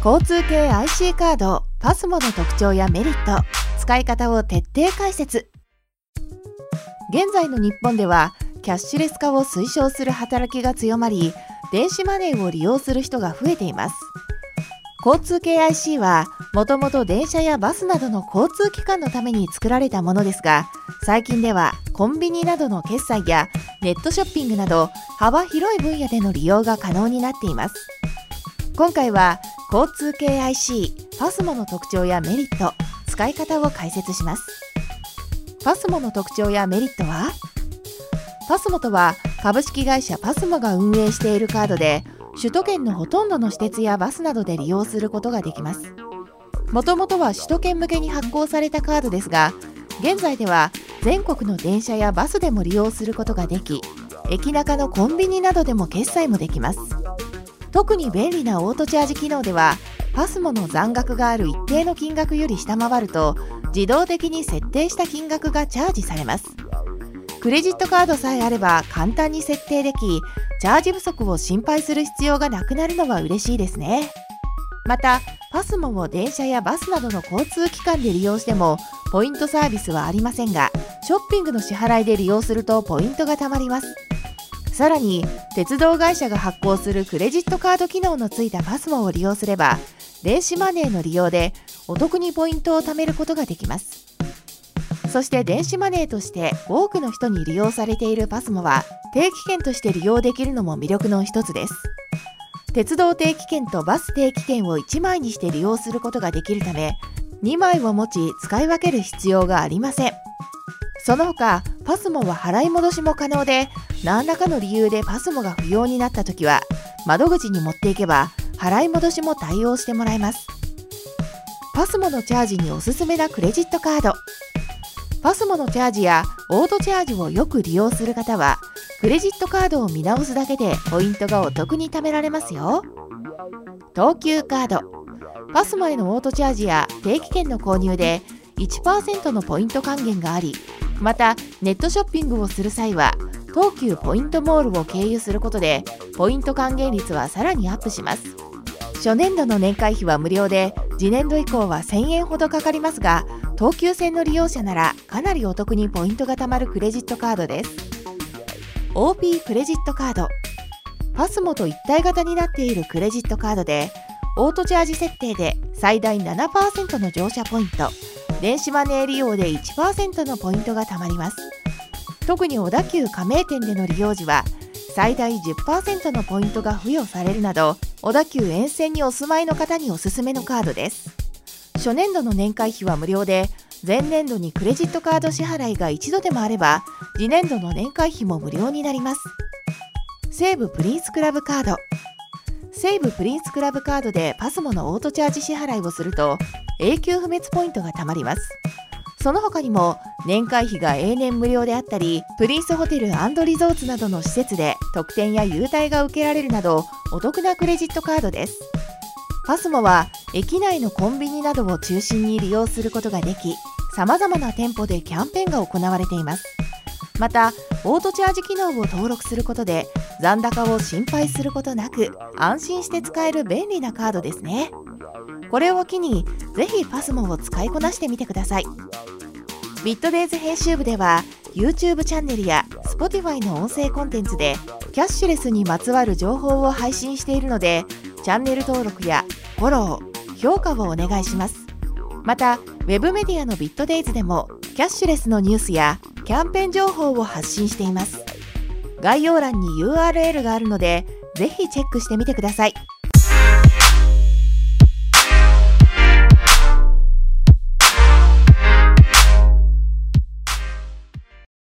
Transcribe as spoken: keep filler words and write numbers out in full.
交通系 アイシー カードパスモの特徴やメリット、使い方を徹底解説。現在の日本ではキャッシュレス化を推奨する働きが強まり、電子マネーを利用する人が増えています。交通系 アイシー はもともと電車やバスなどの交通機関のために作られたものですが、最近ではコンビニなどの決済やネットショッピングなど幅広い分野での利用が可能になっています。今回は交通系 アイシー パスモの特徴やメリット、使い方を解説します。パスモの特徴やメリットは、パスモとは株式会社パスモが運営しているカードで、首都圏のほとんどの私鉄やバスなどで利用することができます。もともとは首都圏向けに発行されたカードですが、現在では全国の電車やバスでも利用することができ、駅中のコンビニなどでも決済もできます。特に便利なオートチャージ機能では、パスモの残額がある一定の金額より下回ると、自動的に設定した金額がチャージされます。クレジットカードさえあれば簡単に設定でき、チャージ不足を心配する必要がなくなるのは嬉しいですね。また、パスモを電車やバスなどの交通機関で利用しても、ポイントサービスはありませんが、ショッピングの支払いで利用するとポイントが貯まります。さらに、鉄道会社が発行するクレジットカード機能のついたパスモを利用すれば、電子マネーの利用でお得にポイントを貯めることができます。そして電子マネーとして多くの人に利用されているパスモは、定期券として利用できるのも魅力の一つです。鉄道定期券とバス定期券をいちまいにして利用することができるため、にまいを持ち使い分ける必要がありません。その他、パスモは払い戻しも可能で、何らかの理由でパスモが不要になったときは、窓口に持っていけば払い戻しも対応してもらえます。パスモのチャージにおすすめなクレジットカード。パスモのチャージやオートチャージをよく利用する方は、クレジットカードを見直すだけでポイントがお得に貯められますよ。東急カード。パスモへのオートチャージや定期券の購入で いちパーセント のポイント還元があり、またネットショッピングをする際は東急ポイントモールを経由することでポイント還元率はさらにアップします。初年度の年会費は無料で、次年度以降はせんえんほどかかりますが、東急線の利用者ならかなりお得にポイントが貯まるクレジットカードです。オーピー クレジットカード。パスモと一体型になっているクレジットカードで、オートチャージ設定で最大 ななパーセント の乗車ポイント、電子マネー利用で いちパーセント のポイントが貯まります。特に小田急加盟店での利用時は、最大 じゅっパーセント のポイントが付与されるなど、小田急沿線にお住まいの方におすすめのカードです。初年度の年会費は無料で、前年度にクレジットカード支払いが一度でもあれば、次年度の年会費も無料になります。西武プリンスクラブカード。西武プリンスクラブカードでパスモのオートチャージ支払いをすると、永久不滅ポイントが貯まります。その他にも、年会費が永年無料であったり、プリンスホテル&リゾーツなどの施設で特典や優待が受けられるなど、お得なクレジットカードです。パスモは駅内のコンビニなどを中心に利用することができ、様々な店舗でキャンペーンが行われています。また、オートチャージ機能を登録することで、残高を心配することなく、安心して使える便利なカードですね。これを機に、ぜひパスモを使いこなしてみてください。ビットデイズ編集部では、YouTube チャンネルや Spotify の音声コンテンツで、キャッシュレスにまつわる情報を配信しているので、チャンネル登録やフォロー、評価をお願いします。また、ウェブメディアのビットデイズでも、キャッシュレスのニュースやキャンペーン情報を発信しています。概要欄に ユーアールエル があるので、ぜひチェックしてみてください。